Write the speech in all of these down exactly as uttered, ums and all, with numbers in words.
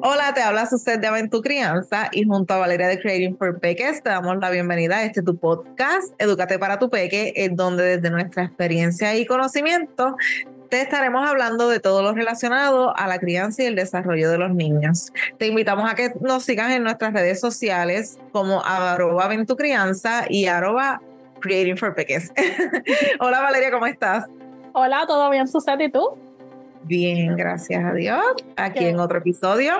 Hola, te habla Suset de Aventu Crianza y junto a Valeria de Creating for Peques te damos la bienvenida a este tu podcast, Edúcate para tu Peque, en donde desde nuestra experiencia y conocimiento te estaremos hablando de todo lo relacionado a la crianza y el desarrollo de los niños. Te invitamos a que nos sigas en nuestras redes sociales como arroba Aventu Crianza y arroba Creating for Peques. Hola Valeria, ¿cómo estás? Hola, ¿todo bien, Suset? ¿Y tú? Bien, gracias a Dios. Aquí Qué en otro episodio.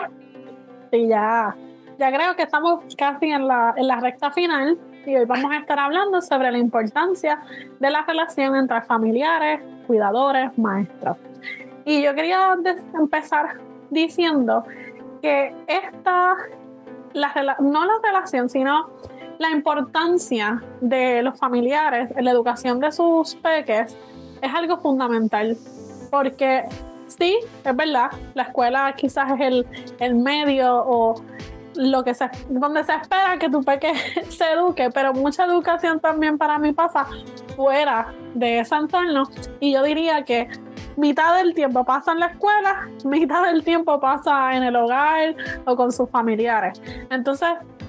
Sí, ya, ya creo que estamos casi en la, en la recta final y hoy vamos a estar hablando sobre la importancia de la relación entre familiares, cuidadores, maestros. Y yo quería des- empezar diciendo que esta, la, rela- no la relación, sino la importancia de los familiares en la educación de sus peques es algo fundamental, porque sí, es verdad, la escuela quizás es el, el medio o lo que se, donde se espera que tu peque se eduque, pero mucha educación también para mí pasa fuera de ese entorno, y yo diría que mitad del tiempo pasa en la escuela, mitad del tiempo pasa en el hogar o con sus familiares. Entonces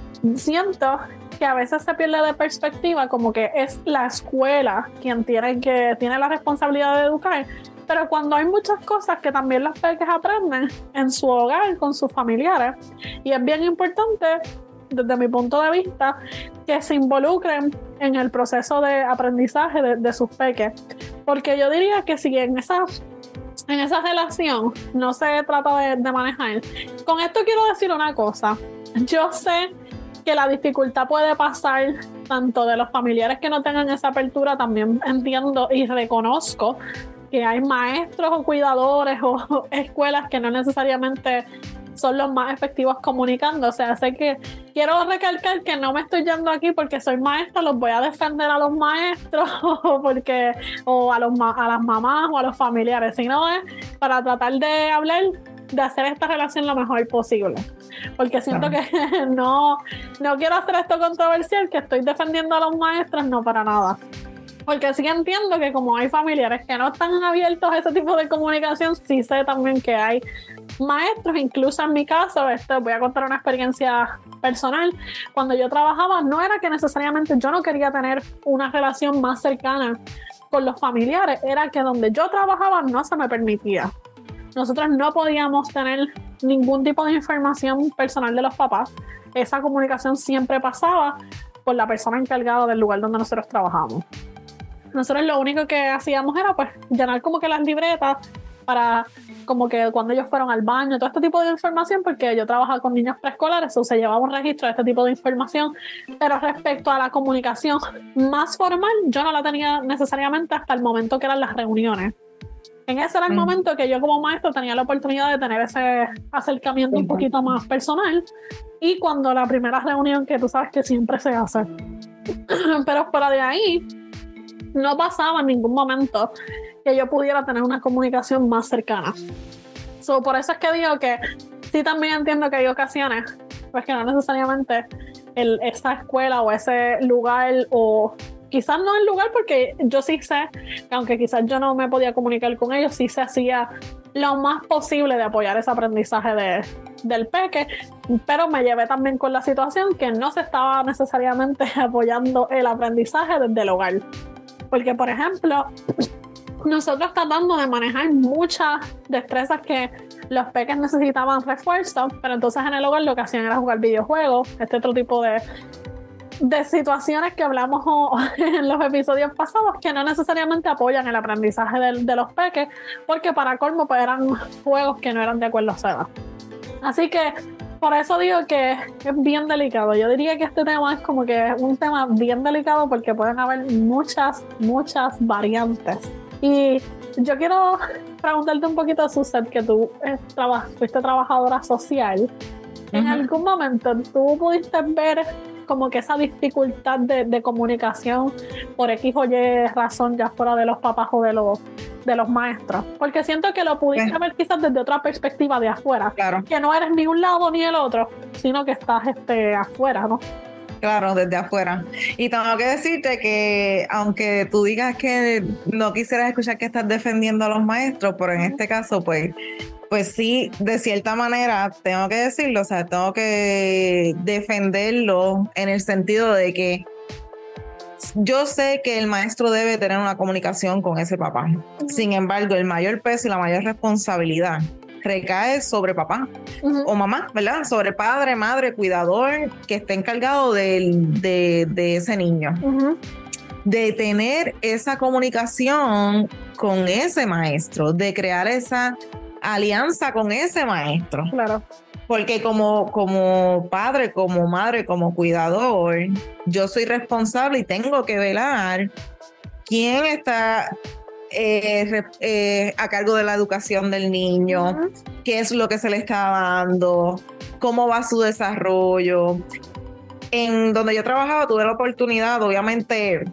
siento que a veces se pierde de perspectiva como que es la escuela quien tiene, que, tiene la responsabilidad de educar, pero cuando hay muchas cosas que también los peques aprenden en su hogar con sus familiares, y es bien importante desde mi punto de vista que se involucren en el proceso de aprendizaje de, de sus peques, porque yo diría que si en esa en esa relación no se trata de, de manejar. Con esto quiero decir una cosa: yo sé que la dificultad puede pasar tanto de los familiares que no tengan esa apertura, también entiendo y reconozco que hay maestros o cuidadores o escuelas que no necesariamente son los más efectivos comunicando. O sea, sé que quiero recalcar que no me estoy yendo aquí porque soy maestra, los voy a defender a los maestros o, porque, o a, los, a las mamás o a los familiares, sino es para tratar de hablar de hacer esta relación lo mejor posible, porque siento claro. que no, no quiero hacer esto controversial, que estoy defendiendo a los maestros, no, para nada. Porque sí entiendo que como hay familiares que no están abiertos a ese tipo de comunicación, sí sé también que hay maestros, incluso en mi caso, esto, voy a contar una experiencia personal. Cuando yo trabajaba, no era que necesariamente yo no quería tener una relación más cercana con los familiares, era que donde yo trabajaba no se me permitía. Nosotros no podíamos tener ningún tipo de información personal de los papás. Esa comunicación siempre pasaba por la persona encargada del lugar donde nosotros trabajamos. Nosotros lo único que hacíamos era pues llenar como que las libretas para como que cuando ellos fueron al baño, todo este tipo de información, porque yo trabajaba con niños preescolares, o se llevaba un registro de este tipo de información, pero respecto a la comunicación más formal, yo no la tenía necesariamente hasta el momento que eran las reuniones. En ese era el mm. momento que yo como maestro tenía la oportunidad de tener ese acercamiento un poquito más personal, y cuando la primera reunión, que tú sabes que siempre se hace, pero fuera de ahí no pasaba en ningún momento que yo pudiera tener una comunicación más cercana. So, por eso es que digo que sí, también entiendo que hay ocasiones pues que no necesariamente el, esa escuela o ese lugar, o quizás no el lugar, porque yo sí sé que aunque quizás yo no me podía comunicar con ellos, sí se hacía lo más posible de apoyar ese aprendizaje de, del peque, pero me llevé también con la situación que no se estaba necesariamente apoyando el aprendizaje desde el hogar. Porque, por ejemplo, nosotros tratando de manejar muchas destrezas que los peques necesitaban refuerzo, pero entonces en el hogar lo que hacían era jugar videojuegos, este otro tipo de, de situaciones que hablamos en los episodios pasados, que no necesariamente apoyan el aprendizaje de, de los peques, porque para colmo pues eran juegos que no eran de acuerdo a su edad. Así que por eso digo que es bien delicado. Yo diría que este tema es como que un tema bien delicado, porque pueden haber muchas, muchas variantes. Y yo quiero preguntarte un poquito, Suset, que tú eh, traba, fuiste trabajadora social. Uh-huh. ¿En algún momento tú pudiste ver como que esa dificultad de, de comunicación por X o Y razón, ya fuera de los papás o de los de los maestros? Porque siento que lo pudiste ver quizás desde otra perspectiva de afuera, claro. Que no eres ni un lado ni el otro, sino que estás este, afuera, ¿no? Claro, desde afuera. Y tengo que decirte que, aunque tú digas que no quisieras escuchar que estás defendiendo a los maestros, pero en este caso, pues, pues sí, de cierta manera, tengo que decirlo, o sea, tengo que defenderlo en el sentido de que yo sé que el maestro debe tener una comunicación con ese papá. Uh-huh. Sin embargo, el mayor peso y la mayor responsabilidad recae sobre papá uh-huh. o mamá, ¿verdad? Sobre padre, madre, cuidador que esté encargado de, de, de ese niño. Uh-huh. De tener esa comunicación con ese maestro, de crear esa alianza con ese maestro. Claro. Porque como, como padre, como madre, como cuidador, yo soy responsable y tengo que velar quién está eh, eh, a cargo de la educación del niño, uh-huh. qué es lo que se le está dando, cómo va su desarrollo. En donde yo trabajaba tuve la oportunidad, obviamente,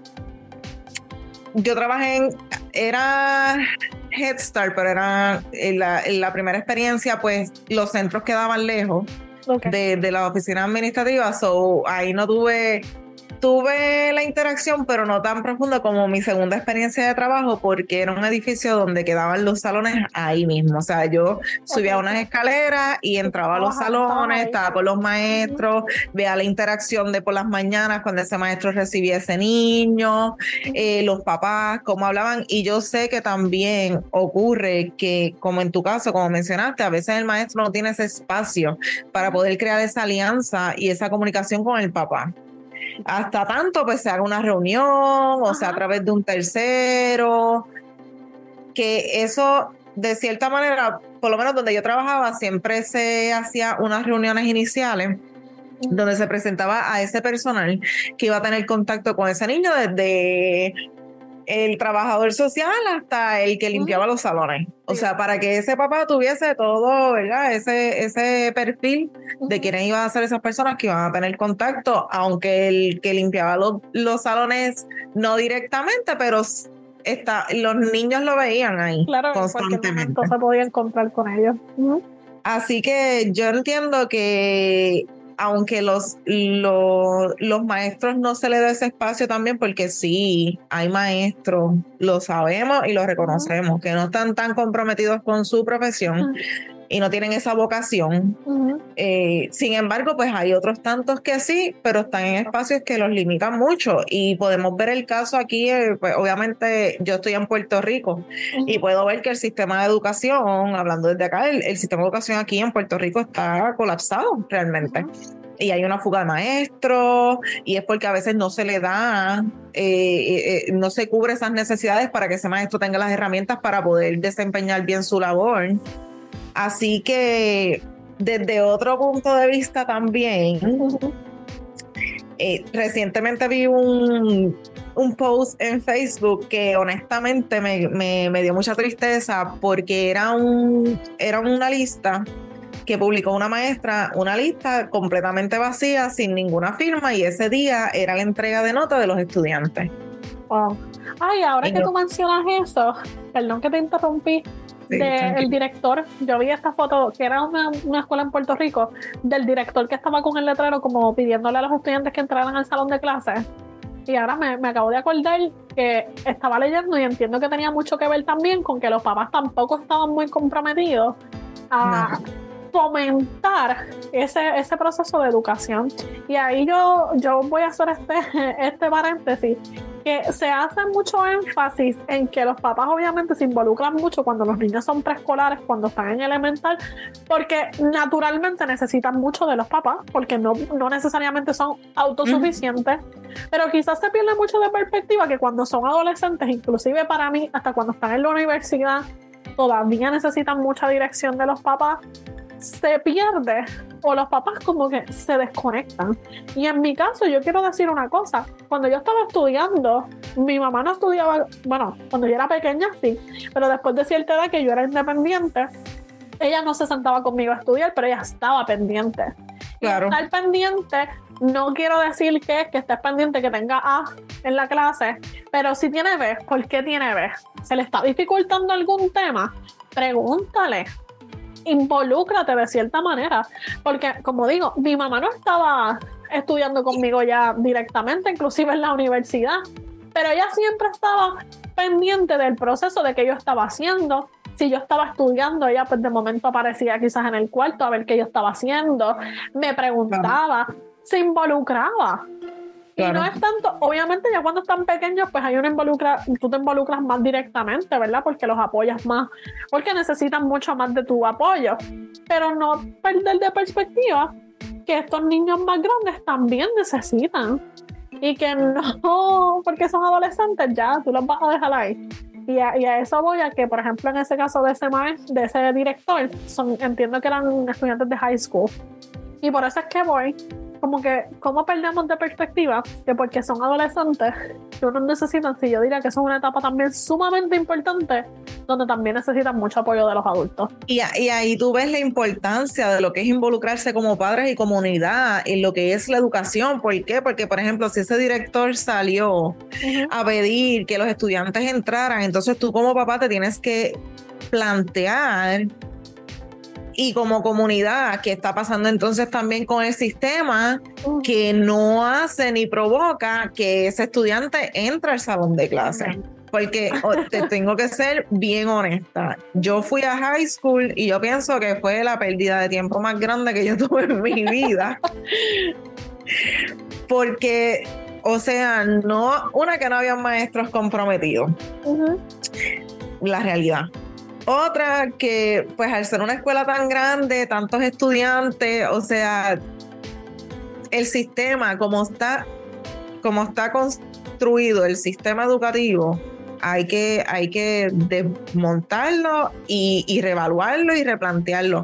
yo trabajé en, era Head Start, pero era en la, en la primera experiencia, pues los centros quedaban lejos okay. de, de la oficina administrativa, so ahí no tuve, tuve la interacción, pero no tan profunda como mi segunda experiencia de trabajo, porque era un edificio donde quedaban los salones ahí mismo, o sea, yo subía okay. unas escaleras y entraba a los salones, estaba con los maestros, uh-huh. veía la interacción de por las mañanas cuando ese maestro recibía a ese niño, uh-huh. eh, los papás, cómo hablaban, y yo sé que también ocurre que, como en tu caso, como mencionaste, a veces el maestro no tiene ese espacio para poder crear esa alianza y esa comunicación con el papá. Hasta tanto pues se haga una reunión, o Ajá. sea, a través de un tercero, que eso de cierta manera, por lo menos donde yo trabajaba, siempre se hacía unas reuniones iniciales uh-huh. donde se presentaba a ese personal que iba a tener contacto con ese niño desde el trabajador social hasta el que limpiaba uh-huh. los salones. O sí. sea, para que ese papá tuviese todo, ¿verdad? Ese, ese perfil uh-huh. de quiénes iban a ser esas personas que iban a tener contacto, aunque el que limpiaba los, los salones no directamente, pero está, los niños lo veían ahí claro, constantemente. Claro, se podía encontrar con ellos. Uh-huh. Así que yo entiendo que aunque los, los, los maestros no se les da ese espacio también, porque sí, hay maestros, lo sabemos y lo reconocemos, uh-huh. que no están tan comprometidos con su profesión uh-huh. y no tienen esa vocación. Uh-huh. Eh, sin embargo, pues hay otros tantos que sí, pero están en espacios que los limitan mucho. Y podemos ver el caso aquí, eh, pues obviamente yo estoy en Puerto Rico uh-huh. y puedo ver que el sistema de educación, hablando desde acá, el, el sistema de educación aquí en Puerto Rico está colapsado realmente. Uh-huh. Y hay una fuga de maestros, y es porque a veces no se le da, eh, eh, no se cubre esas necesidades para que ese maestro tenga las herramientas para poder desempeñar bien su labor. Así que desde otro punto de vista también, uh-huh. eh, recientemente vi un, un post en Facebook que honestamente me, me, me dio mucha tristeza porque era, un, era una lista que publicó una maestra, una lista completamente vacía, sin ninguna firma, y ese día era la entrega de notas de los estudiantes. Wow. Ay, ahora y que yo... tú mencionas eso, perdón que te interrumpí, sí, del director, yo vi esta foto, que era una, una escuela en Puerto Rico, del director que estaba con el letrero como pidiéndole a los estudiantes que entraran al salón de clases. Y ahora me, me acabo de acordar que estaba leyendo y entiendo que tenía mucho que ver también con que los papás tampoco estaban muy comprometidos a... No. fomentar ese, ese proceso de educación. Y ahí yo, yo voy a hacer este, este paréntesis, que se hace mucho énfasis en que los papás obviamente se involucran mucho cuando los niños son preescolares, cuando están en elemental, porque naturalmente necesitan mucho de los papás, porque no, no necesariamente son autosuficientes, mm. pero quizás se pierde mucho de perspectiva que cuando son adolescentes, inclusive para mí, hasta cuando están en la universidad, todavía necesitan mucha dirección de los papás, se pierde o los papás como que se desconectan. Y en mi caso yo quiero decir una cosa, cuando yo estaba estudiando, mi mamá no estudiaba, bueno, cuando yo era pequeña sí, pero después de cierta edad que yo era independiente, ella no se sentaba conmigo a estudiar, pero ella estaba pendiente. Claro. Y estar pendiente, no quiero decir que es que estés pendiente que tenga A en la clase, pero si tiene B, ¿por qué tiene B? ¿Se le está dificultando algún tema? Pregúntale. Involúcrate de cierta manera, porque como digo, mi mamá no estaba estudiando conmigo ya directamente, inclusive en la universidad, pero ella siempre estaba pendiente del proceso de que yo estaba haciendo. Si yo estaba estudiando, ella pues de momento aparecía quizás en el cuarto a ver qué yo estaba haciendo, me preguntaba, claro. Se involucraba. Claro. Y no es tanto, obviamente ya cuando están pequeños, pues hay una involucra, tú te involucras más directamente, ¿verdad? Porque los apoyas más, porque necesitan mucho más de tu apoyo. Pero no perder de perspectiva que estos niños más grandes también necesitan. Y que no, porque son adolescentes ya, tú los vas a dejar ahí. Y a, y a eso voy a que, por ejemplo, en ese caso de ese maestro, de ese director, son, entiendo que eran estudiantes de high school. Y por eso es que voy, como que, ¿cómo perdemos de perspectiva que porque son adolescentes, que uno necesitan, si yo diría que eso es una etapa también sumamente importante, donde también necesitan mucho apoyo de los adultos. Y, y ahí tú ves la importancia de lo que es involucrarse como padres y comunidad en lo que es la educación. ¿Por qué? Porque, por ejemplo, si ese director salió uh-huh. a pedir que los estudiantes entraran, entonces tú como papá te tienes que plantear, y como comunidad, ¿qué está pasando entonces también con el sistema uh-huh. que no hace ni provoca que ese estudiante entre al salón de clase? Uh-huh. Porque te tengo que ser bien honesta. Yo fui a high school y yo pienso que fue la pérdida de tiempo más grande que yo tuve en mi vida. Porque, o sea, no, una que no había maestros comprometidos. Uh-huh. La realidad. Otra que, pues al ser una escuela tan grande, tantos estudiantes, o sea, el sistema, como está, como está construido el sistema educativo, hay que, hay que desmontarlo y, y reevaluarlo y replantearlo.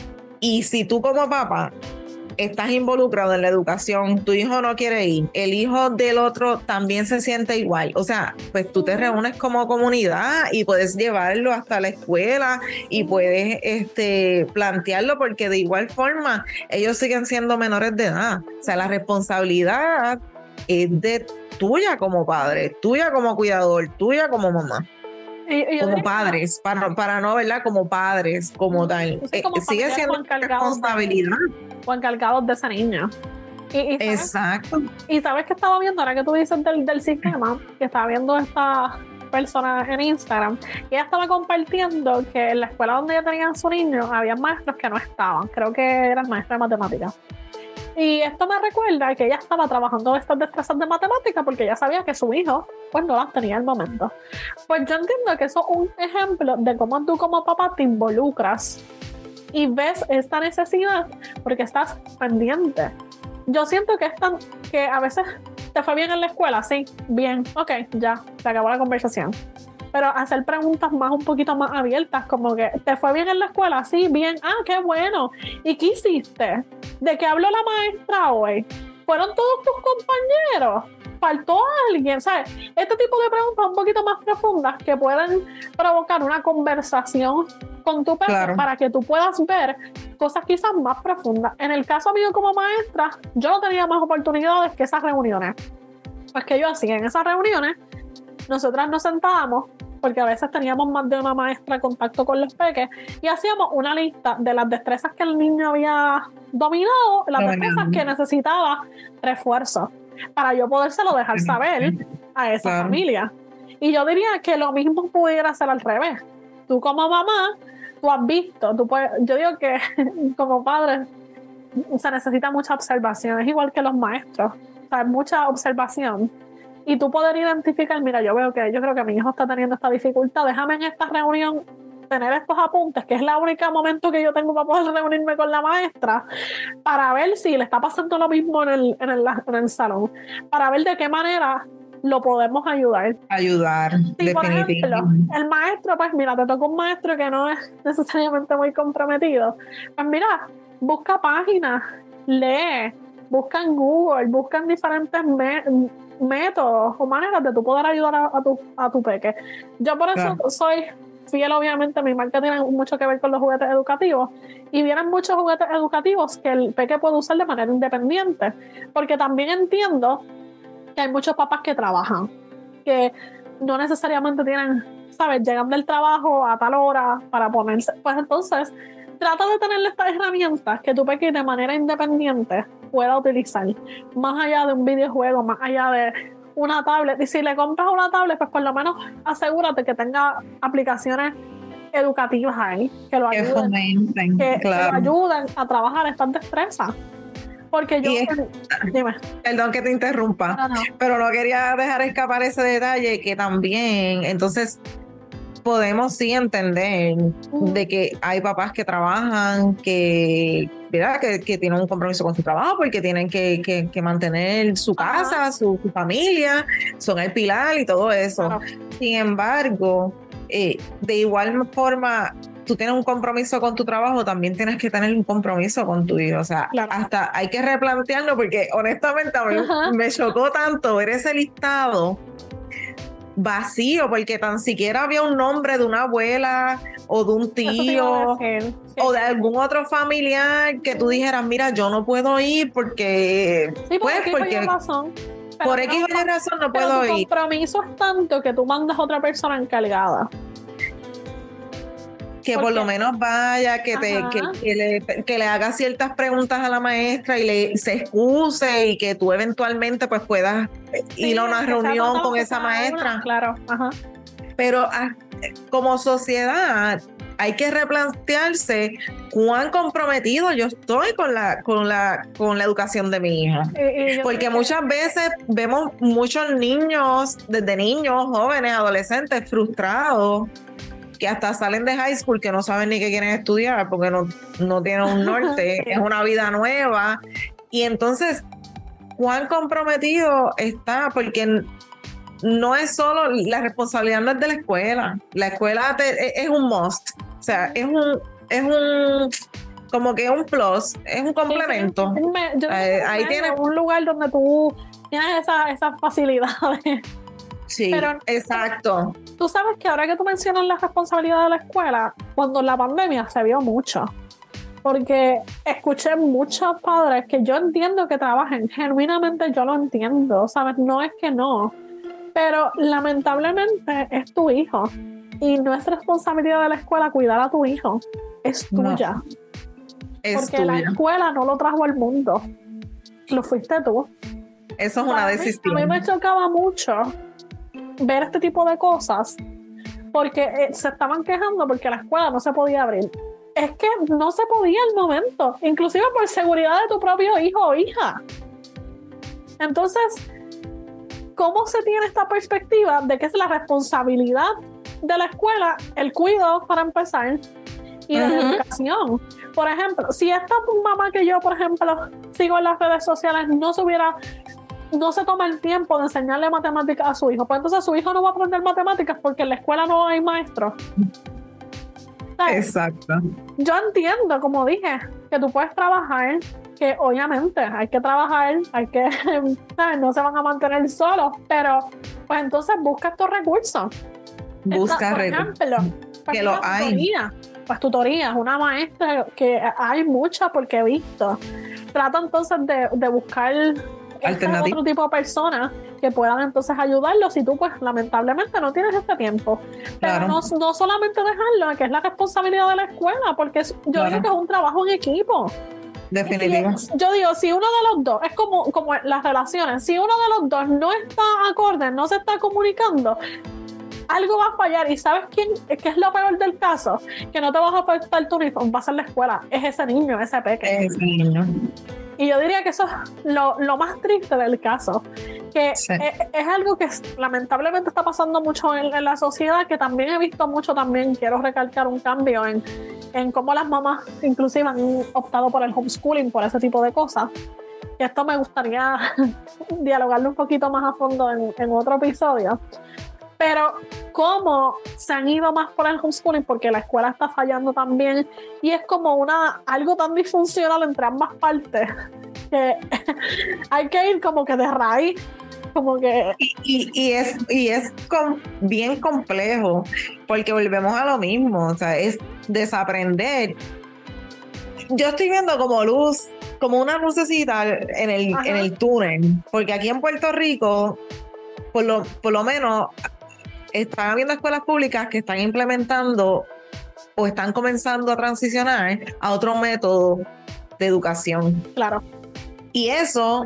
Y si tú como papá estás involucrado en la educación, tu hijo no quiere ir, el hijo del otro también se siente igual, o sea, pues tú te reúnes como comunidad y puedes llevarlo hasta la escuela y puedes este, plantearlo, porque de igual forma ellos siguen siendo menores de edad, o sea, la responsabilidad es de tuya como padre, tuya como cuidador, tuya como mamá. Y, y como padres, que... para, para no, ¿verdad? Como padres, como tal. Sí, como eh, sigue siendo responsabilidad. O encargados de esa niña. Y, y sabes, exacto. Y sabes que estaba viendo, ahora que tú dices del, del sistema, que estaba viendo esta persona en Instagram, y ella estaba compartiendo que en la escuela donde ella tenía a su niño, había maestros que no estaban, creo que eran maestros de matemáticas. Y esto me recuerda que ella estaba trabajando estas destrezas de matemática porque ella sabía que su hijo pues no las tenía al momento. Pues yo entiendo que eso es un ejemplo de cómo tú como papá te involucras y ves esta necesidad porque estás pendiente. Yo siento que, es tan, que a veces te fue bien en la escuela, sí, bien, ok, ya, se acabó la conversación. Pero hacer preguntas más, un poquito más abiertas, como que, ¿te fue bien en la escuela? Sí, bien, ah, qué bueno. ¿Y qué hiciste? ¿De qué habló la maestra hoy? ¿Fueron todos tus compañeros? ¿Faltó alguien? ¿Sabes? Este tipo de preguntas un poquito más profundas que pueden provocar una conversación con tu peque, claro, para que tú puedas ver cosas quizás más profundas. En el caso mío como maestra, yo no tenía más oportunidades que esas reuniones. Pues que yo hacía en esas reuniones, nosotras nos sentábamos, porque a veces teníamos más de una maestra en contacto con los peques, y hacíamos una lista de las destrezas que el niño había dominado, las destrezas que necesitaba refuerzo, para yo podérselo dejar saber a esa claro. familia. Y yo diría que lo mismo pudiera ser al revés. Tú como mamá, tú has visto, tú puedes, yo digo que como padre se necesita mucha observación, es igual que los maestros, o sea, mucha observación. Y tú poder identificar, mira, yo veo que yo creo que mi hijo está teniendo esta dificultad, déjame en esta reunión tener estos apuntes, que es la única momento que yo tengo para poder reunirme con la maestra, para ver si le está pasando lo mismo en el, en el, en el salón, para ver de qué manera lo podemos ayudar. Ayudar, si, por ejemplo, el maestro, pues mira, te toca un maestro que no es necesariamente muy comprometido, pues mira, busca páginas, lee, busca en Google, busca en diferentes me- métodos o maneras de tú poder ayudar a, a, tu, a tu peque. Yo por eso claro. soy fiel, obviamente, mi marca tiene mucho que ver con los juguetes educativos y vienen muchos juguetes educativos que el peque puede usar de manera independiente, porque también entiendo que hay muchos papás que trabajan, que no necesariamente tienen, ¿sabes? Llegan del trabajo a tal hora para ponerse, pues entonces trata de tener estas herramientas que tu peque de manera independiente pueda utilizar, más allá de un videojuego, más allá de una tablet. Y si le compras una tablet, pues por lo menos asegúrate que tenga aplicaciones educativas ahí, que lo ayuden, fomenten, que, claro. que lo ayuden a trabajar estas destrezas. Porque yo... Es, dime. Perdón que te interrumpa, No, no. pero no quería dejar escapar ese detalle que también, entonces, podemos sí entender uh-huh. de que hay papás que trabajan, que, ¿verdad? Que, que tienen un compromiso con su trabajo porque tienen que, que, que mantener su casa, uh-huh. su, su familia, son el pilar y todo eso. Claro. Sin embargo, eh, de igual forma, tú tienes un compromiso con tu trabajo, también tienes que tener un compromiso con tu hijo. O sea, claro. hasta hay que replantearlo porque honestamente a mí uh-huh. me chocó tanto ver ese listado vacío, porque tan siquiera había un nombre de una abuela o de un tío o de algún otro familiar que tú dijeras, mira, yo no puedo ir porque sí, pues porque razón por X o Y razón no puedo tu ir. Tu compromiso es tanto que tú mandas a otra persona encargada. Que por lo menos vaya, que, te, que, que, le, que le haga ciertas preguntas a la maestra y le se excuse y que tú eventualmente pues puedas sí, ir a una reunión con esa maestra. Una, claro, ajá. Pero a, como sociedad hay que replantearse cuán comprometido yo estoy con la, con la, con la educación de mi hija. Y, y Porque muchas que... veces vemos muchos niños, desde niños, jóvenes, adolescentes, frustrados, que hasta salen de high school que no saben ni qué quieren estudiar porque no, no tienen un norte, sí. Es una vida nueva. Y entonces, ¿cuán comprometido está? Porque no es solo, la responsabilidad no es de la escuela. La escuela te, es un must. O sea, es un, es un, como que un plus, es un complemento. Sí, sí. Me, yo eh, ahí tienes un lugar donde tú tienes esas esa facilidades. Sí, pero, exacto. Tú sabes que ahora que tú mencionas la responsabilidad de la escuela, cuando la pandemia se vio mucho, porque escuché muchos padres que yo entiendo que trabajen, genuinamente yo lo entiendo, ¿sabes? No es que no, pero lamentablemente es tu hijo y no es responsabilidad de la escuela cuidar a tu hijo, es tuya. No, es porque tuya. La escuela no lo trajo al mundo, lo fuiste tú. Eso es una a decisión. Mí, a mí me chocaba mucho ver este tipo de cosas porque eh, se estaban quejando porque la escuela no se podía abrir. Es que no se podía al momento, inclusive por seguridad de tu propio hijo o hija. Entonces, ¿cómo se tiene esta perspectiva de que es la responsabilidad de la escuela el cuidado para empezar y de uh-huh. la educación? Por ejemplo, si esta mamá que yo, por ejemplo, sigo en las redes sociales no se hubiera no se toma el tiempo de enseñarle matemáticas a su hijo, pues entonces su hijo no va a aprender matemáticas porque en la escuela no hay maestros. Exacto. Yo entiendo, como dije, que tú puedes trabajar, que obviamente hay que trabajar, hay que, ¿sabes? No se van a mantener solos, pero pues entonces busca estos recursos. Busca Esta, por recursos. Ejemplo, pues que lo hay. Tutoría, pues tutorías, una maestra que hay muchas porque he visto. Trata entonces de, de buscar este otro tipo de personas que puedan entonces ayudarlos si tú pues lamentablemente no tienes este tiempo, pero claro. no, no solamente dejarlo, que es la responsabilidad de la escuela, porque es, yo claro. digo que es un trabajo en equipo. Definitivo. Si, yo digo, si uno de los dos, es como, como las relaciones, si uno de los dos no está acorde, no se está comunicando, algo va a fallar. ¿Y sabes quién? ¿Qué es lo peor del caso? Que no te vas a afectar tu hijo, va a ser la escuela, es ese niño, ese pequeño. Ese niño. Y yo diría que eso es lo, lo más triste del caso, que sí. es, es algo que lamentablemente está pasando mucho en, en la sociedad, que también he visto mucho, también quiero recalcar un cambio en, en cómo las mamás inclusive han optado por el homeschooling, por ese tipo de cosas. Y esto me gustaría dialogarlo un poquito más a fondo en, en otro episodio. Pero cómo se han ido más por el homeschooling porque la escuela está fallando también y es como una algo tan disfuncional entre ambas partes que hay que ir como que de raíz, como que y, y, y es y es com, bien complejo porque volvemos a lo mismo, o sea, es desaprender. Yo estoy viendo como luz, como una lucecita en el Ajá. en el túnel, porque aquí en Puerto Rico por lo por lo menos están habiendo escuelas públicas que están implementando o están comenzando a transicionar a otro método de educación. Claro. Y eso,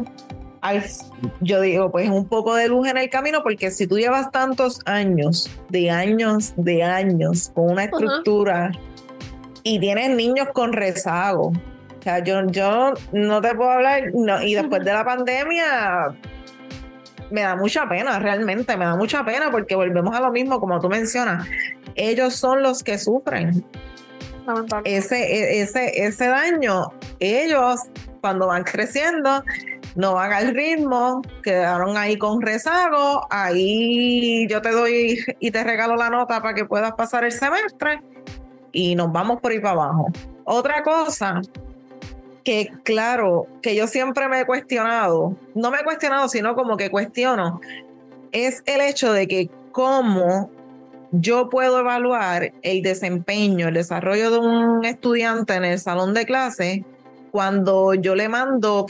yo digo, pues un poco de luz en el camino, porque si tú llevas tantos años, de años, de años, con una estructura uh-huh. y tienes niños con rezago, o sea, yo, yo no te puedo hablar, no, y después uh-huh. de la pandemia me da mucha pena, realmente, me da mucha pena, porque volvemos a lo mismo, como tú mencionas, ellos son los que sufren. Ese, ese, ese daño, ellos cuando van creciendo no van al ritmo, quedaron ahí con rezago, ahí yo te doy y te regalo la nota para que puedas pasar el semestre y nos vamos por ahí para abajo. Otra cosa que claro, que yo siempre me he cuestionado, no me he cuestionado, sino como que cuestiono, es el hecho de que cómo yo puedo evaluar el desempeño, el desarrollo de un estudiante en el salón de clase cuando yo le mando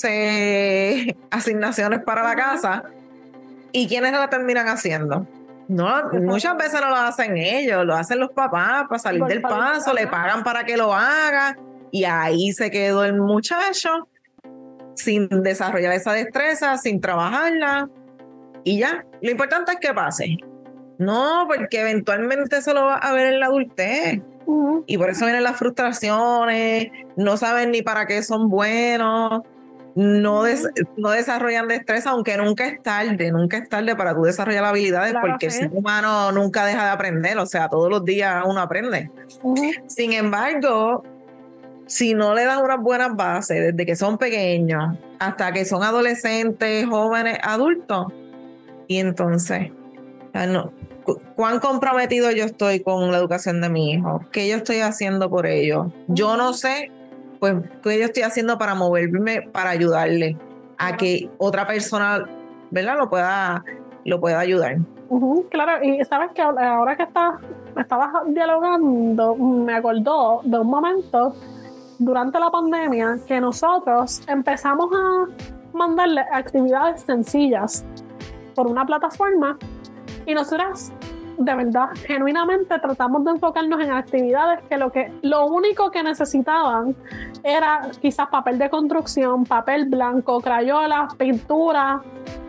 quince asignaciones para la casa y quiénes la terminan haciendo. No, muchas veces no lo hacen ellos, lo hacen los papás para salir del paso, le pagan para que lo haga y ahí se quedó el muchacho sin desarrollar esa destreza, sin trabajarla y ya. Lo importante es que pase. No, porque eventualmente eso lo va a ver en la adultez. Uh-huh. Y por eso vienen las frustraciones, no saben ni para qué son buenos, no, des- no desarrollan destreza, aunque nunca es tarde, nunca es tarde para tú desarrollar habilidades, claro, porque sí. El ser humano nunca deja de aprender, o sea, todos los días uno aprende. Uh-huh. Sin embargo, si no le dan unas buenas bases desde que son pequeños hasta que son adolescentes, jóvenes, adultos, y entonces, no, ¿cuán comprometido yo estoy con la educación de mi hijo? ¿Qué yo estoy haciendo por ellos? Yo no sé, pues, ¿qué yo estoy haciendo para moverme, para ayudarle a que otra persona, ¿verdad?, lo pueda, lo pueda ayudar. Uh-huh, claro, y sabes que ahora que estás, estabas dialogando, me acordó de un momento durante la pandemia que nosotros empezamos a mandarle actividades sencillas por una plataforma. Y nosotras, de verdad, genuinamente tratamos de enfocarnos en actividades que lo, que lo único que necesitaban era quizás papel de construcción, papel blanco, crayolas, pintura,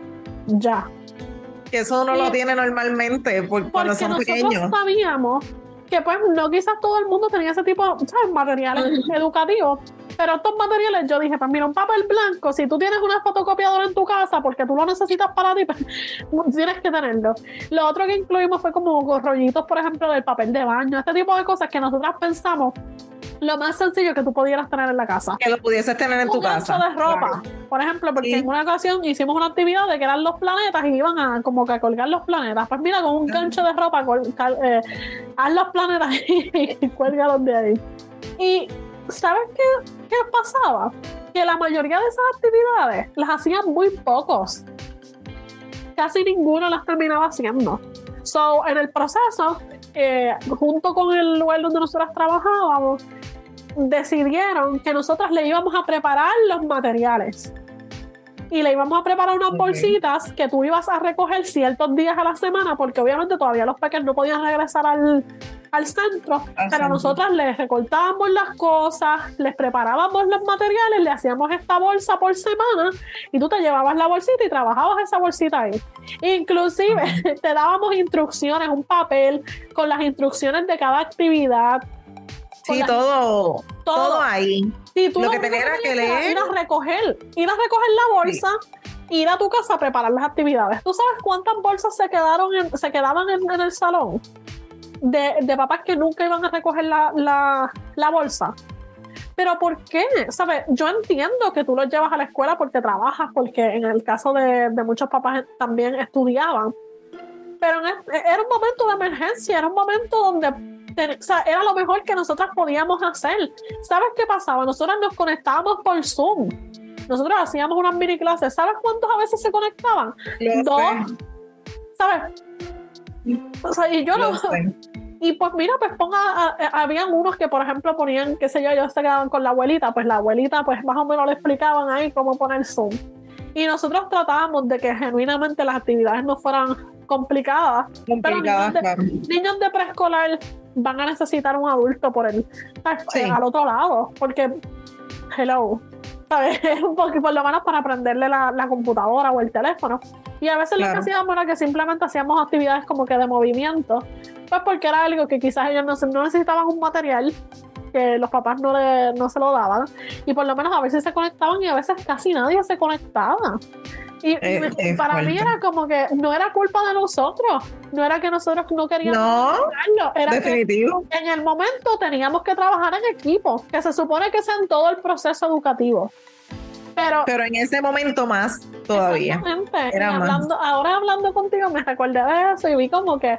ya. Que eso no y, lo tiene normalmente por, cuando son pequeños. Porque nosotros sabíamos que pues no quizás todo el mundo tenía ese tipo, ¿sabes?, materiales uh-huh. educativos. Pero estos materiales, yo dije, pues mira, un papel blanco, si tú tienes una fotocopiadora en tu casa porque tú lo necesitas para ti, pues tienes que tenerlo. Lo otro que incluimos fue como rollitos, por ejemplo, del papel de baño, este tipo de cosas que nosotras pensamos lo más sencillo que tú pudieras tener en la casa. Que lo pudieses tener en un tu casa. Un gancho de ropa, claro. Por ejemplo, porque sí. En una ocasión hicimos una actividad de que eran los planetas y iban a como que a colgar los planetas. Pues mira, con un gancho de ropa, col- cal- eh, haz los planetas y cuélgalos de ahí. Y ¿sabes qué, qué pasaba? Que la mayoría de esas actividades las hacían muy pocos. Casi ninguno las terminaba haciendo. So, en el proceso, eh, junto con el lugar donde nosotros trabajábamos, decidieron que nosotras le íbamos a preparar los materiales. Y le íbamos a preparar unas okay. bolsitas que tú ibas a recoger ciertos días a la semana, porque obviamente todavía los pequeños no podían regresar al, al centro, al pero centro. Nosotras les recortábamos las cosas, les preparábamos los materiales, le hacíamos esta bolsa por semana y tú te llevabas la bolsita y trabajabas esa bolsita ahí. Inclusive uh-huh. te dábamos instrucciones, un papel con las instrucciones de cada actividad. Sí, la, todo, todo, todo ahí. Sí, tú lo lo que tenías era que leer. Ir a recoger, ir a recoger la bolsa, sí. Ir a tu casa a preparar las actividades. ¿Tú sabes cuántas bolsas se quedaron en, se quedaban en, en el salón? De, de papás que nunca iban a recoger la, la, la bolsa. ¿Pero por qué? ¿Sabes? Yo entiendo que tú los llevas a la escuela porque trabajas, porque en el caso de, de muchos papás también estudiaban. Pero en el, era un momento de emergencia, era un momento donde... O sea, era lo mejor que nosotras podíamos hacer. ¿Sabes qué pasaba? Nosotras nos conectábamos por Zoom. Nosotros hacíamos unas mini clases. ¿Sabes cuántos a veces se conectaban? Lo Dos. Sé. ¿Sabes? O sea, y yo Lo no... sé. Y pues mira, pues ponga... A, a, habían unos que, por ejemplo, ponían, qué sé yo, ellos se quedaban con la abuelita. Pues la abuelita, pues más o menos le explicaban ahí cómo poner Zoom. Y nosotros tratábamos de que genuinamente las actividades no fueran complicadas. Complicadas, pero niños de, claro. niños de preescolar van a necesitar un adulto por el, Sí. al otro lado, porque, hello, ¿sabes? Porque por lo menos para aprenderle la, la computadora o el teléfono. Y a veces Claro. lo que hacíamos era que simplemente hacíamos actividades como que de movimiento, pues porque era algo que quizás ellos no, no necesitaban un material que los papás no, le, no se lo daban, y por lo menos a veces se conectaban y a veces casi nadie se conectaba. Y Eh, me, para fuerte. mí era como que no era culpa de nosotros, no era que nosotros no queríamos No, hacerlo, era definitivo. que en el momento teníamos que trabajar en equipo, que se supone que sea en todo el proceso educativo. Pero, Pero en ese momento más todavía. exactamente. Era Y más. hablando, ahora hablando contigo me recordé de eso y vi como que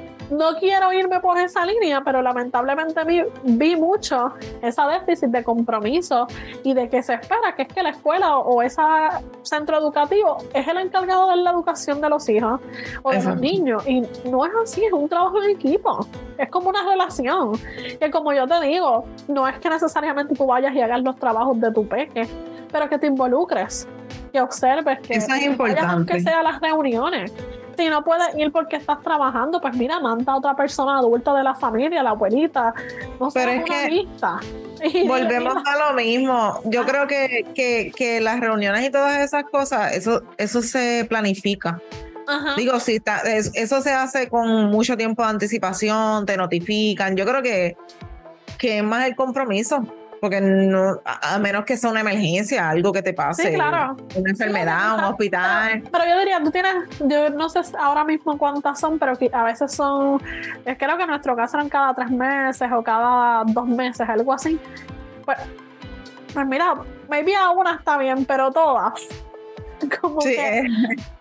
no quiero irme por esa línea, pero lamentablemente vi, vi mucho esa déficit de compromiso y de que se espera que es que la escuela o, o ese centro educativo es el encargado de la educación de los hijos o de Exacto. los niños, y no es así, es un trabajo en equipo, es como una relación que, como yo te digo, no es que necesariamente tú vayas y hagas los trabajos de tu peque, pero que te involucres, que observes, que, Eso es que vayas importante. aunque sea a las reuniones. Si no puedes ir porque estás trabajando, pues mira, manda a otra persona adulta de la familia, la abuelita, no sé, Pero es una que amista. Y volvemos mira, a lo mismo. Yo creo que, que, que las reuniones y todas esas cosas, eso, eso se planifica. ajá, Digo, si está, es- eso se hace con mucho tiempo de anticipación, te notifican. Yo creo que, que es más el compromiso, porque no, a, a menos que sea una emergencia, algo que te pase, sí, claro. una enfermedad, Sí, un pero- hospital. Pero, pero yo diría, tú tienes, yo no sé ahora mismo cuántas son, pero que a veces son, eh, creo que en nuestro caso eran cada tres meses o cada dos meses, algo así. Pues, pues mira, maybe a una está bien, pero todas. Como Sí, que eh,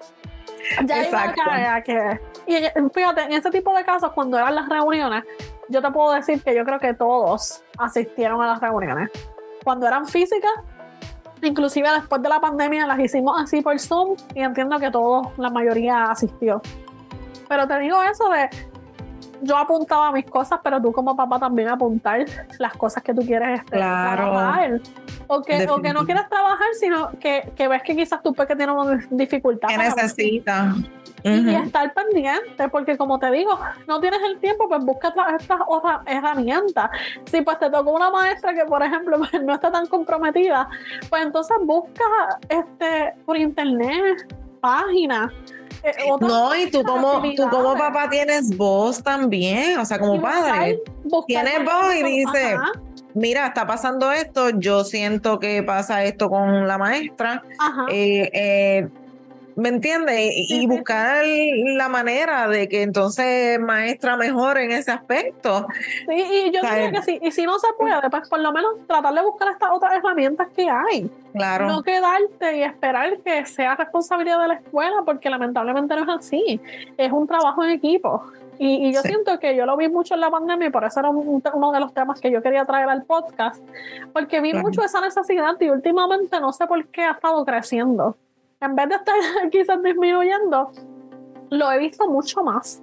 ya iba a exacto. caer a que. Y en- fíjate, en ese tipo de casos, cuando eran las reuniones, yo te puedo decir que yo creo que todos asistieron a las reuniones. Cuando eran físicas, inclusive después de la pandemia, las hicimos así por Zoom y entiendo que todos, la mayoría asistió. Pero te digo eso de, yo apuntaba mis cosas, pero tú como papá también apuntar las cosas que tú quieres este, Claro. trabajar. O que, o que no Definitivo. quieres trabajar, sino que, que ves que quizás tu peque tiene una dificultad. ¿Qué para- necesitas? y, y Ujú. estar pendiente, porque como te digo, no tienes el tiempo, pues busca otra- estas otras herramientas. Si pues te tocó una maestra que, por ejemplo, pues, no está tan comprometida, pues entonces busca este por internet, páginas. eh, otras No, y tú como, tú como actividades. papá tienes voz también, o sea, como Y buscar- padre, buscar, tienes por voz y ejemplo, dice, ajá, mira, está pasando esto, yo siento que pasa esto con la maestra, ajá. eh, eh, ¿me entiendes? Y, Sí, y sí, buscar la manera de que entonces maestra mejore en ese aspecto. Sí, y yo O sea, diría que sí, y si no se puede, pues por lo menos tratar de buscar estas otras herramientas que hay. Claro. No quedarte y esperar que sea responsabilidad de la escuela, porque lamentablemente no es así. Es un trabajo en equipo. Y, y yo Sí. siento que yo lo vi mucho en la pandemia y por eso era un- uno de los temas que yo quería traer al podcast, porque vi Claro. mucho esa necesidad y últimamente no sé por qué ha estado creciendo. En vez de estar quizás disminuyendo, lo he visto mucho más.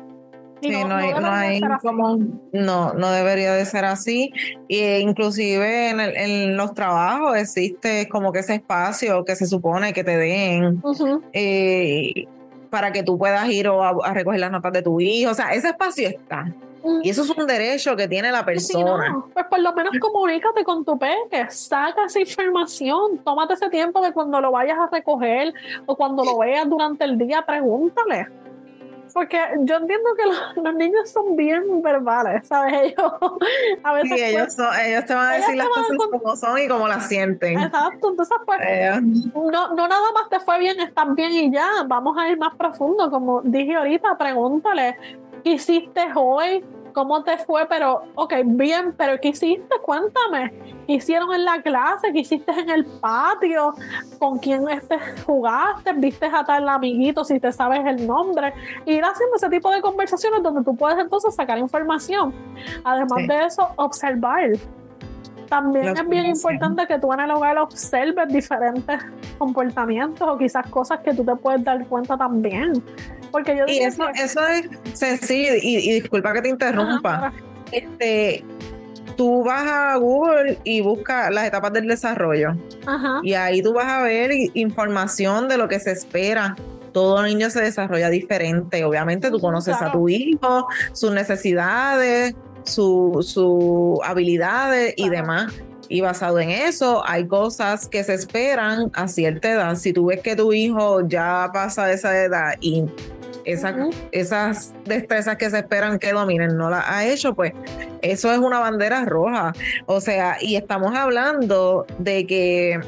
Y Sí, no, no hay, no no debería hay ser así. como, no, no debería de ser así. E inclusive en, el- en los trabajos existe como que ese espacio que se supone que te den Ujú. eh, para que tú puedas ir o a, a recoger las notas de tu hijo. O sea, ese espacio está. Y eso es un derecho que tiene la Y si persona. no, pues por lo menos comunícate con tu peque, saca esa información, tómate ese tiempo de cuando lo vayas a recoger o cuando lo veas durante el día, pregúntale. Porque yo entiendo que los, los niños son bien verbales, ¿sabes? Ellos a veces Sí, ellos, pues, son, ellos te van a ellos decir te las van a cosas con- como son y como las sienten. exacto, entonces pues Eh, no, no nada más te fue bien, estás bien y ya, vamos a ir más profundo, como dije ahorita, pregúntale, ¿qué hiciste hoy? ¿Cómo te fue? Pero, ok, bien, pero ¿qué hiciste? Cuéntame. ¿Qué hicieron en la clase? ¿Qué hiciste en el patio? ¿Con quién este, jugaste? ¿Viste a tal amiguito si te sabes el nombre? Ir haciendo ese tipo de conversaciones donde tú puedes entonces sacar información. Además Sí. de eso, observar. También La es bien observación. importante que tú en el hogar observes diferentes comportamientos o quizás cosas que tú te puedes dar cuenta también. Porque yo Y diría eso, que- eso es sencillo, y, y disculpa que te interrumpa. Ajá, Este, tú vas a Google y buscas las etapas del desarrollo. Ajá. Y ahí tú vas a ver información de lo que se espera. Todo niño se desarrolla diferente. Obviamente tú conoces claro. a tu hijo, sus necesidades, sus su habilidades claro. y demás. Y basado en eso, hay cosas que se esperan a cierta edad. Si tú ves que tu hijo ya pasa esa edad y esa, uh-huh. esas destrezas que se esperan que dominen no las ha hecho, pues eso es una bandera roja. O sea, y estamos hablando de que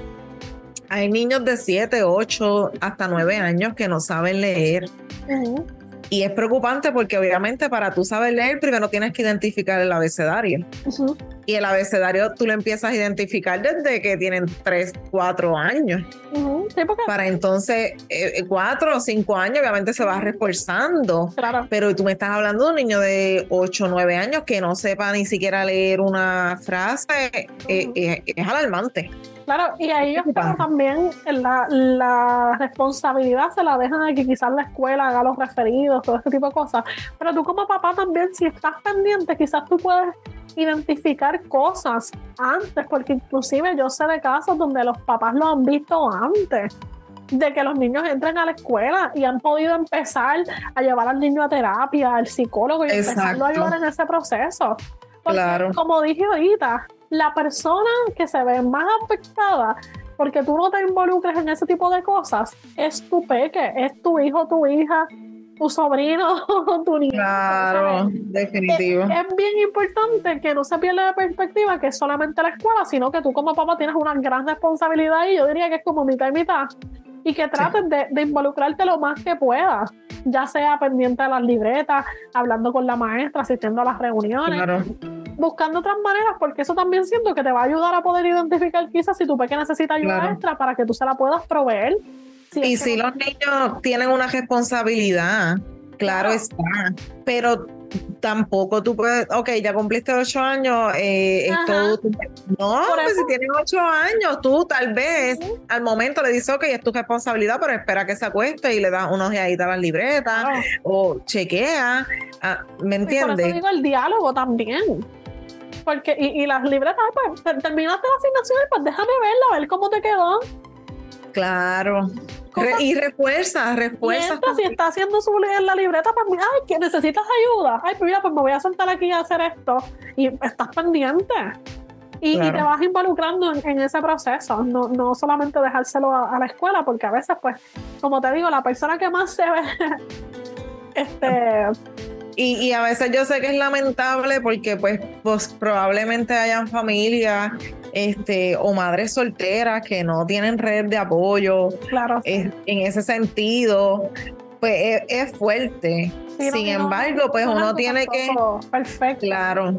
hay niños de siete, ocho, hasta nueve años que no saben leer. Uh-huh. Y es preocupante porque obviamente para tú saber leer, primero tienes que identificar el abecedario. Uh-huh. Y el abecedario tú lo empiezas a identificar desde que tienen tres, cuatro años. Uh-huh. Sí, porque... Para entonces, eh, cuatro o cinco años, obviamente se va reforzando. Claro. Pero tú me estás hablando de un niño de ocho, nueve años que no sepa ni siquiera leer una frase. Uh-huh. eh, eh, es alarmante. Claro, y a ellos pero también la, la responsabilidad se la dejan de que quizás la escuela haga los referidos, todo este tipo de cosas. Pero tú como papá también, si estás pendiente, quizás tú puedes identificar cosas antes, porque inclusive yo sé de casos donde los papás lo han visto antes de que los niños entren a la escuela y han podido empezar a llevar al niño a terapia, al psicólogo y Exacto. empezarlo a ayudar en ese proceso. Porque, claro. como dije ahorita, la persona que se ve más afectada porque tú no te involucres en ese tipo de cosas es tu peque, es tu hijo, tu hija, tu sobrino, tu niño. Claro, ¿sabes? Definitivo. Es, es bien importante que no se pierda de perspectiva que es solamente la escuela, sino que tú como papá tienes una gran responsabilidad y yo diría que es como mitad y mitad. Y que trates sí. de, de involucrarte lo más que puedas, ya sea pendiente de las libretas, hablando con la maestra, asistiendo a las reuniones, claro. buscando otras maneras, porque eso también siento que te va a ayudar a poder identificar quizás si tu peque necesita ayuda claro. extra para que tú se la puedas proveer. Si y si no... los niños tienen una responsabilidad, claro, claro. está, pero tampoco tú puedes, ok, ya cumpliste ocho años, eh, esto, no, pues si tienes ocho años, tú tal vez uh-huh. al momento le dices, ok, es tu responsabilidad, pero espera que se acueste y le das unos ojeaditas a las libretas, claro. o chequea, uh, ¿me entiendes? Por eso digo el diálogo también. Porque, y, y las libretas, pues, terminaste la asignación, pues déjame verla, a ver cómo te quedó. Claro. Re, y refuerza, refuerza. Mientras, si está haciendo su en la libreta, pues mira, ay, que necesitas ayuda. Ay, pues mira, pues me voy a sentar aquí a hacer esto. Y estás pendiente. Y, claro. y te vas involucrando en, en ese proceso. No, no solamente dejárselo a, a la escuela, porque a veces, pues, como te digo, la persona que más se ve, este... Y, y a veces yo sé que es lamentable porque pues, pues probablemente hayan familias este, o madres solteras que no tienen red de apoyo. Claro. Es, en ese sentido, pues es, es fuerte. Sí, sin no, embargo, no, pues no, uno tiene que... Perfecto. Claro,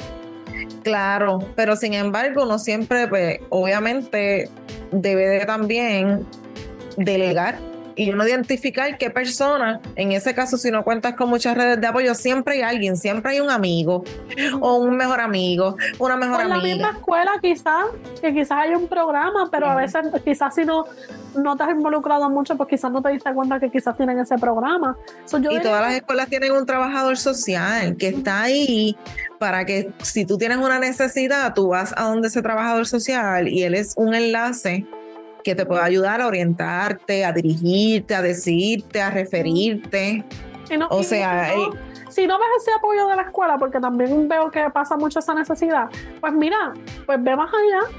claro. Pero sin embargo, uno siempre, pues obviamente debe de también delegar. Y uno identificar qué persona, en ese caso si no cuentas con muchas redes de apoyo, siempre hay alguien, siempre hay un amigo o un mejor amigo, una mejor amiga. En la misma escuela quizás, que quizás hay un programa, pero sí. a veces quizás si no, no te has involucrado mucho, pues quizás no te diste cuenta que quizás tienen ese programa. So, yo y todas que... las escuelas tienen un trabajador social que está ahí para que si tú tienes una necesidad, tú vas a donde ese trabajador social y él es un enlace que te pueda ayudar a orientarte, a dirigirte, a decirte, a referirte. Y no, o y sea, si no, el... si no ves ese apoyo de la escuela, porque también veo que pasa mucho esa necesidad, pues mira, pues ve más allá.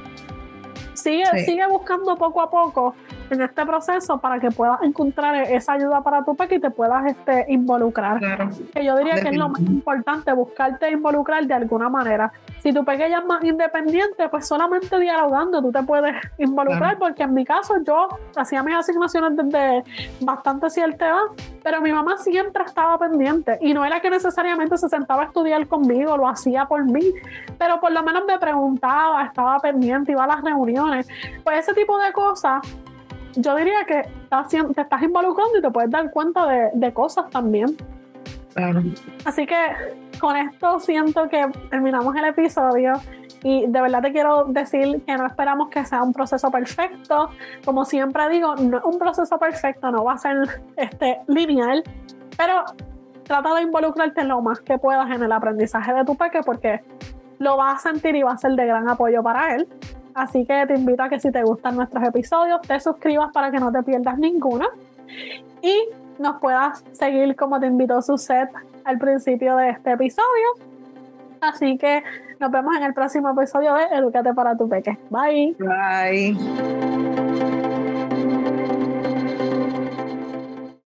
Sigue, sí. sigue buscando poco a poco en este proceso para que puedas encontrar esa ayuda para tu peque y te puedas este, involucrar. Claro. Que yo diría que es lo más importante, buscarte involucrar de alguna manera. Si tu pequeña es más independiente, pues solamente dialogando tú te puedes involucrar, claro. porque en mi caso yo hacía mis asignaciones desde bastante cierta edad, pero mi mamá siempre estaba pendiente y no era que necesariamente se sentaba a estudiar conmigo, lo hacía por mí, pero por lo menos me preguntaba, estaba pendiente, iba a las reuniones. Pues ese tipo de cosas, yo diría que estás, te estás involucrando y te puedes dar cuenta de, de cosas también. Claro. Así que con esto siento que terminamos el episodio y de verdad te quiero decir que no esperamos que sea un proceso perfecto. Como siempre digo, no, un proceso perfecto no va a ser este, lineal, pero trata de involucrarte lo más que puedas en el aprendizaje de tu peque porque lo va a sentir y va a ser de gran apoyo para él. Así que te invito a que si te gustan nuestros episodios, te suscribas para que no te pierdas ninguno y nos puedas seguir como te invitó Suzette al principio de este episodio. Así que nos vemos en el próximo episodio de Edúcate para tu Peque. Bye. Bye.